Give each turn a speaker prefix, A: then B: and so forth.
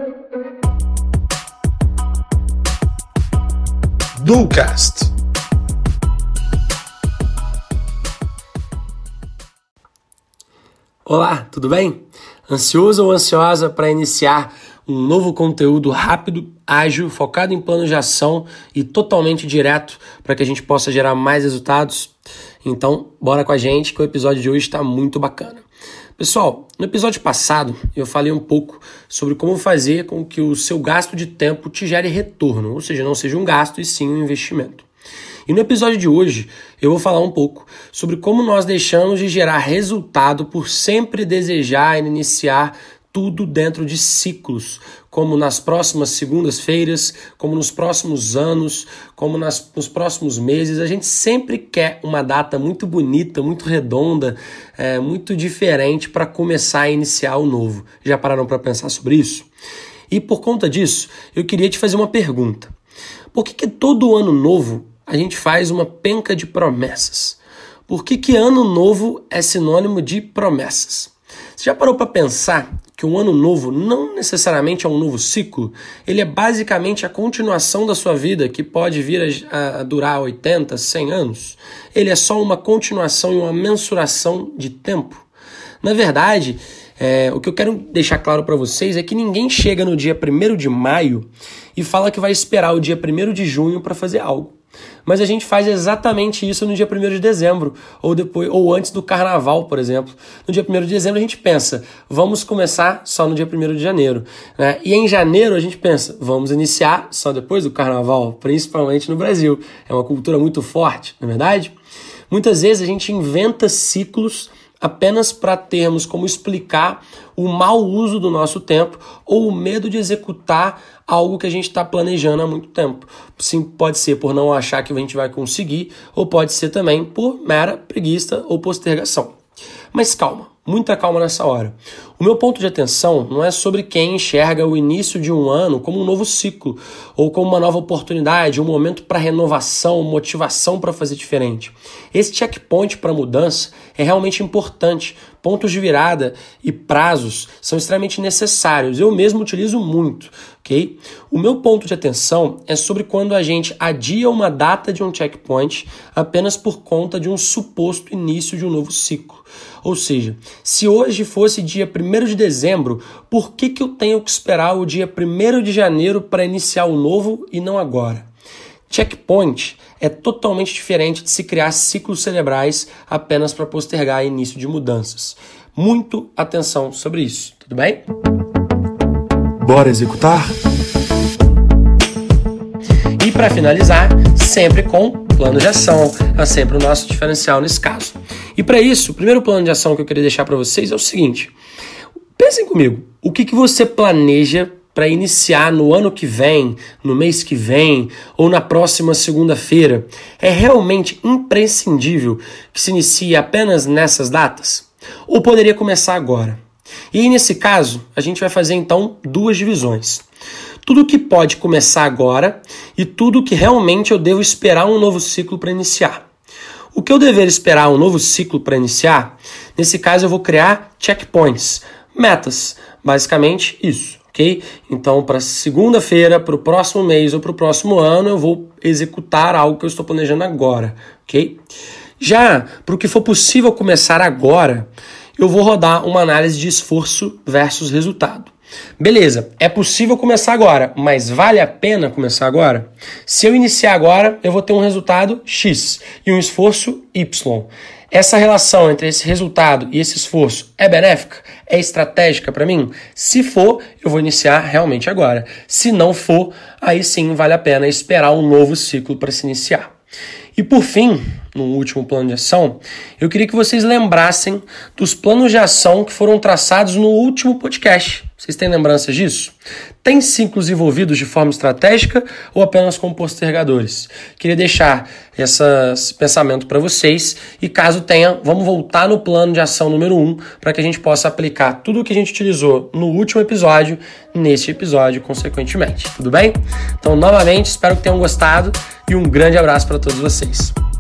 A: Bluecast. Olá, tudo bem? Ansioso ou ansiosa para iniciar um novo conteúdo rápido, ágil, focado em planos de ação e totalmente direto para que a gente possa gerar mais resultados? Então, bora com a gente que o episódio de hoje está muito bacana. Pessoal, no episódio passado eu falei um pouco sobre como fazer com que o seu gasto de tempo te gere retorno, ou seja, não seja um gasto e sim um investimento. E no episódio de hoje eu vou falar um pouco sobre como nós deixamos de gerar resultado por sempre desejar iniciar tudo dentro de ciclos, como nas próximas segundas-feiras, como nos próximos anos, como nos próximos meses. A gente sempre quer uma data muito bonita, muito redonda, muito diferente para começar a iniciar o novo. Já pararam para pensar sobre isso? E por conta disso, eu queria te fazer uma pergunta. Por que todo ano novo a gente faz uma penca de promessas? Por que ano novo é sinônimo de promessas? Você já parou para pensar que um ano novo não necessariamente é um novo ciclo? Ele é basicamente a continuação da sua vida, que pode vir a durar 80, 100 anos. Ele é só uma continuação e uma mensuração de tempo. Na verdade, o que eu quero deixar claro para vocês é que ninguém chega no dia 1º de maio e fala que vai esperar o dia 1º de junho para fazer algo. Mas a gente faz exatamente isso no dia 1º de dezembro, ou antes do carnaval, por exemplo. No dia 1º de dezembro a gente pensa, vamos começar só no dia 1º de janeiro. Né? E em janeiro a gente pensa, vamos iniciar só depois do carnaval, principalmente no Brasil. É uma cultura muito forte, não é verdade? Muitas vezes a gente inventa ciclos apenas para termos como explicar o mau uso do nosso tempo ou o medo de executar algo que a gente está planejando há muito tempo. Sim, pode ser por não achar que a gente vai conseguir, ou pode ser também por mera preguiça ou postergação. Mas calma, muita calma nessa hora. O meu ponto de atenção não é sobre quem enxerga o início de um ano como um novo ciclo, ou como uma nova oportunidade, um momento para renovação, motivação para fazer diferente. Esse checkpoint para mudança é realmente importante. Pontos de virada e prazos são extremamente necessários. Eu mesmo utilizo muito, ok? O meu ponto de atenção é sobre quando a gente adia uma data de um checkpoint apenas por conta de um suposto início de um novo ciclo. Ou seja, se hoje fosse dia 1º de dezembro, por que eu tenho que esperar o dia 1º de janeiro para iniciar o novo e não agora? Checkpoint é totalmente diferente de se criar ciclos cerebrais apenas para postergar início de mudanças. Muito atenção sobre isso, tudo bem?
B: Bora executar?
A: E para finalizar, sempre com plano de ação, é sempre o nosso diferencial nesse caso. E para isso, o primeiro plano de ação que eu queria deixar para vocês é o seguinte. Pensem comigo, o que você planeja para iniciar no ano que vem, no mês que vem ou na próxima segunda-feira? É realmente imprescindível que se inicie apenas nessas datas? Ou poderia começar agora? E nesse caso, a gente vai fazer então duas divisões. Tudo que pode começar agora e tudo que realmente eu devo esperar um novo ciclo para iniciar. O que eu dever esperar um novo ciclo para iniciar? Nesse caso eu vou criar checkpoints, metas, basicamente isso. Okay? Então, para segunda-feira, para o próximo mês ou para o próximo ano, eu vou executar algo que eu estou planejando agora. Okay? Já para o que for possível começar agora, eu vou rodar uma análise de esforço versus resultado. Beleza, é possível começar agora, mas vale a pena começar agora? Se eu iniciar agora, eu vou ter um resultado X e um esforço Y. Essa relação entre esse resultado e esse esforço é benéfica? É estratégica para mim? Se for, eu vou iniciar realmente agora. Se não for, aí sim vale a pena esperar um novo ciclo para se iniciar. E por fim, no último plano de ação, eu queria que vocês lembrassem dos planos de ação que foram traçados no último podcast. Vocês têm lembranças disso? Tem ciclos envolvidos de forma estratégica ou apenas como postergadores? Queria deixar esse pensamento para vocês e caso tenha, vamos voltar no plano de ação número 1 para que a gente possa aplicar tudo o que a gente utilizou no último episódio, neste episódio consequentemente. Tudo bem? Então, novamente, espero que tenham gostado e um grande abraço para todos vocês.